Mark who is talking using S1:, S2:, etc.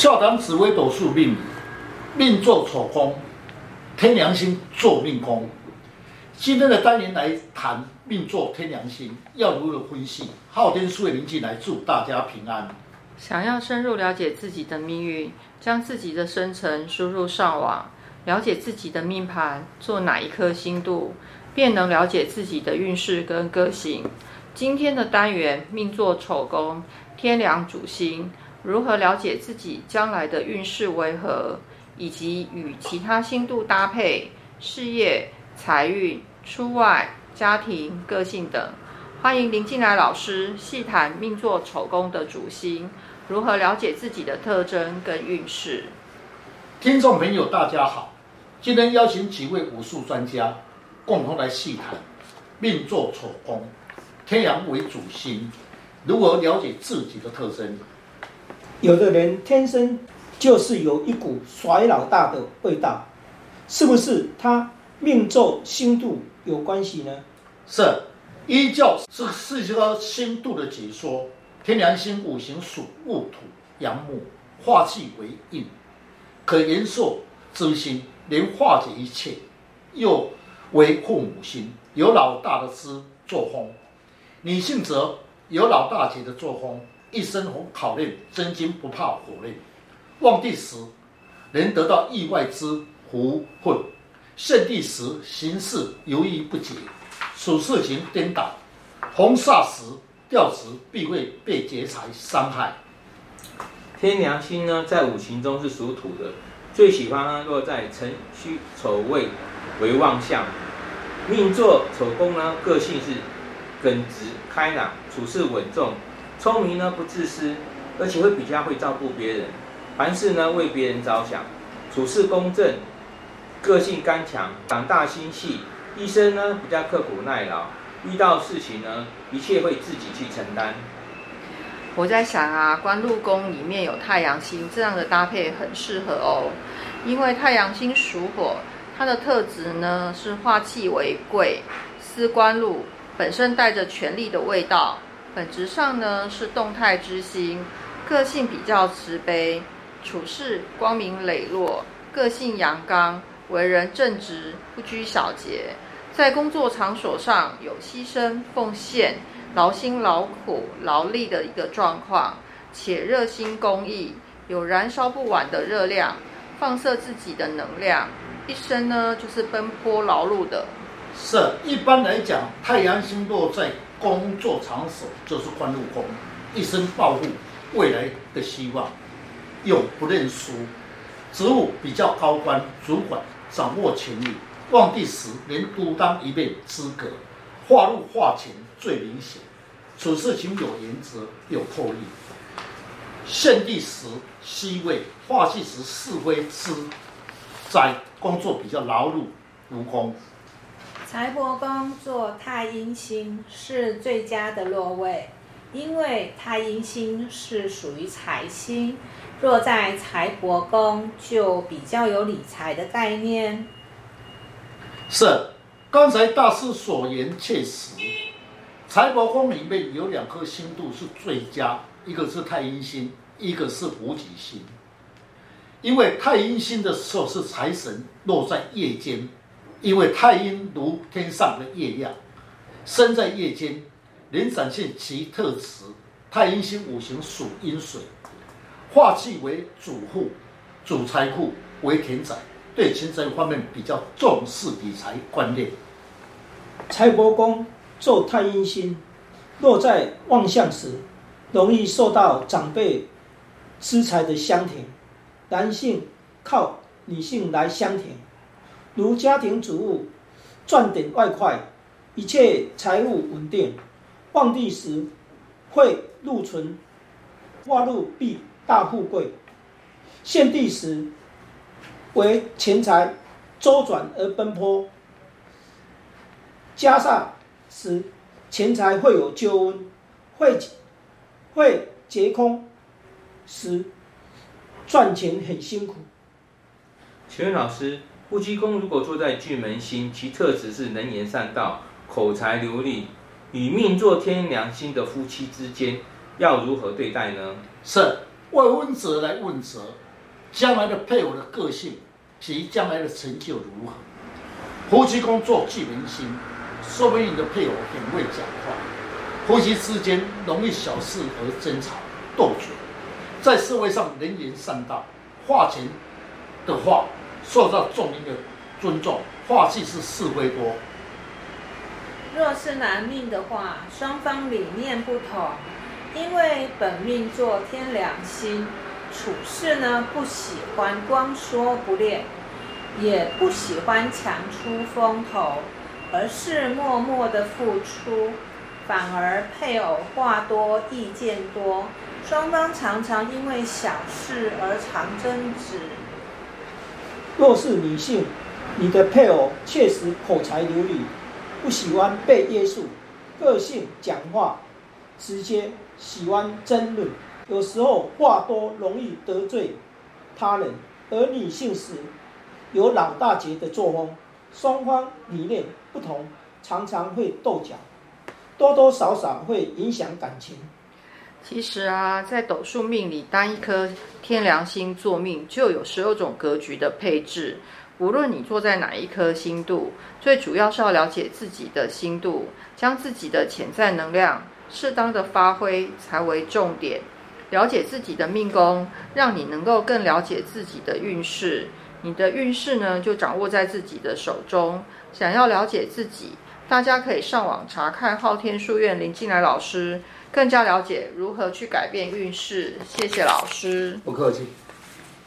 S1: 笑谈紫微斗数命理，命坐丑宫，天梁星坐命宫。今天的单元来谈命坐天梁星要如何分析。昊天书院林进来祝大家平安。
S2: 想要深入了解自己的命运，将自己的生辰输入上网，了解自己的命盘，做哪一颗星度，便能了解自己的运势跟个性。今天的单元命坐丑宫，天梁主星，如何了解自己将来的运势为何，以及与其他星度搭配，事业、财运、出外、家庭、个性等。欢迎林进来老师细谈命坐丑宫的主星，如何了解自己的特征跟运势。
S1: 听众朋友大家好，今天邀请几位武术专家共同来细谈命坐丑宫，天梁为主星，如何了解自己的特征。
S3: 有的人天生就是有一股甩老大的味道，是不是他命坐星度有关系呢？
S1: 是，依照这个星度的解说，天梁星五行属木土阳木，化气为印，可延寿之星，能化解一切，又为父母星，有老大的作风。女性则有老大姐的作风，一生考验，真金不怕火炼。旺地时能得到意外之福分，陷地时行事犹豫不决，处事情颠倒。红煞时调职必会被劫财伤害。
S4: 天梁星呢，在五行中是属土的，最喜欢呢落在辰戌丑未为旺相。命坐丑宫呢，个性是耿直开朗，处事稳重，聪明呢不自私，而且会比较会照顾别人，凡事呢为别人着想，处事公正，个性刚强，胆大心细，一生呢比较刻苦耐劳，遇到事情呢一切会自己去承担。
S2: 我在想啊，官禄宫里面有太阳星，这样的搭配很适合哦，因为太阳星属火，它的特质呢是化气为贵，司官禄本身带着权力的味道，本质上呢是动态之星，个性比较慈悲，处事光明磊落，个性阳刚，为人正直，不拘小节，在工作场所上有牺牲奉献、劳心劳苦劳力的一个状况，且热心公益，有燃烧不完的热量，放射自己的能量，一生呢就是奔波劳碌的。
S1: 是，一般来讲，太阳星落在工作场所就是官禄宫，一生抱负未来的希望，永不认输，职务比较高官，主管掌握权力，旺地时能独当一面资格，化禄化权最明显，处事情有原则有魄力。陷地时虚位，化气时是非之灾，工作比较劳碌无功。
S5: 财帛宫坐太阴星是最佳的落位，因为太阴星是属于财星，若在财帛宫就比较有理财的概念。
S1: 是，刚才大师所言切实。财帛宫里面有两颗星度是最佳，一个是太阴星，一个是武曲星。因为太阴星的时候是财神落在夜间，因为太阴如天上的月亮，生在夜间，能展现其特质。太阴星五行属阴水，化气为主户，主财库为田宅，对钱财方面比较重视理财观念。
S3: 财帛宫坐太阴星，落在旺相时，容易受到长辈资财的相挺，男性靠女性来相挺，如家庭主妇赚点外快，一切财务稳定。旺地时会禄存，化禄必大富贵。陷地时为钱财周转而奔波，加上时钱财会有纠纷，会劫空时赚钱很辛苦。
S4: 请问老师，夫妻宫如果坐在巨门星，其特质是能言善道、口才流利，与命坐天梁星的夫妻之间要如何对待呢？
S1: 是， 为问责来问责，将来的配偶的个性及将来的成就如何？夫妻宫做巨门星，说明你的配偶很会讲话，夫妻之间容易小事而争吵斗嘴，在社会上人言善道，话前的话受到众人的尊重，话气是是非多。
S5: 若是男命的话，双方理念不同，因为本命做天梁星，处事呢不喜欢光说不练，也不喜欢强出风头，而是默默的付出，反而配偶话多意见多，双方常常因为小事而常争执。
S3: 若是女性，你的配偶确实口才流利，不喜欢被约束，个性讲话直接，喜欢争论，有时候话多，容易得罪他人。而女性时有老大姐的作风，双方理念不同，常常会斗角，多多少少会影响感情。
S2: 其实啊，在斗数命里，单一颗天梁星坐命就有12种格局的配置。无论你坐在哪一颗星度，最主要是要了解自己的星度，将自己的潜在能量适当的发挥才为重点。了解自己的命宫，让你能够更了解自己的运势。你的运势呢，就掌握在自己的手中。想要了解自己，大家可以上网查看昊天书院林进来老师，更加了解如何去改变运势。谢谢老师。
S1: 不客气。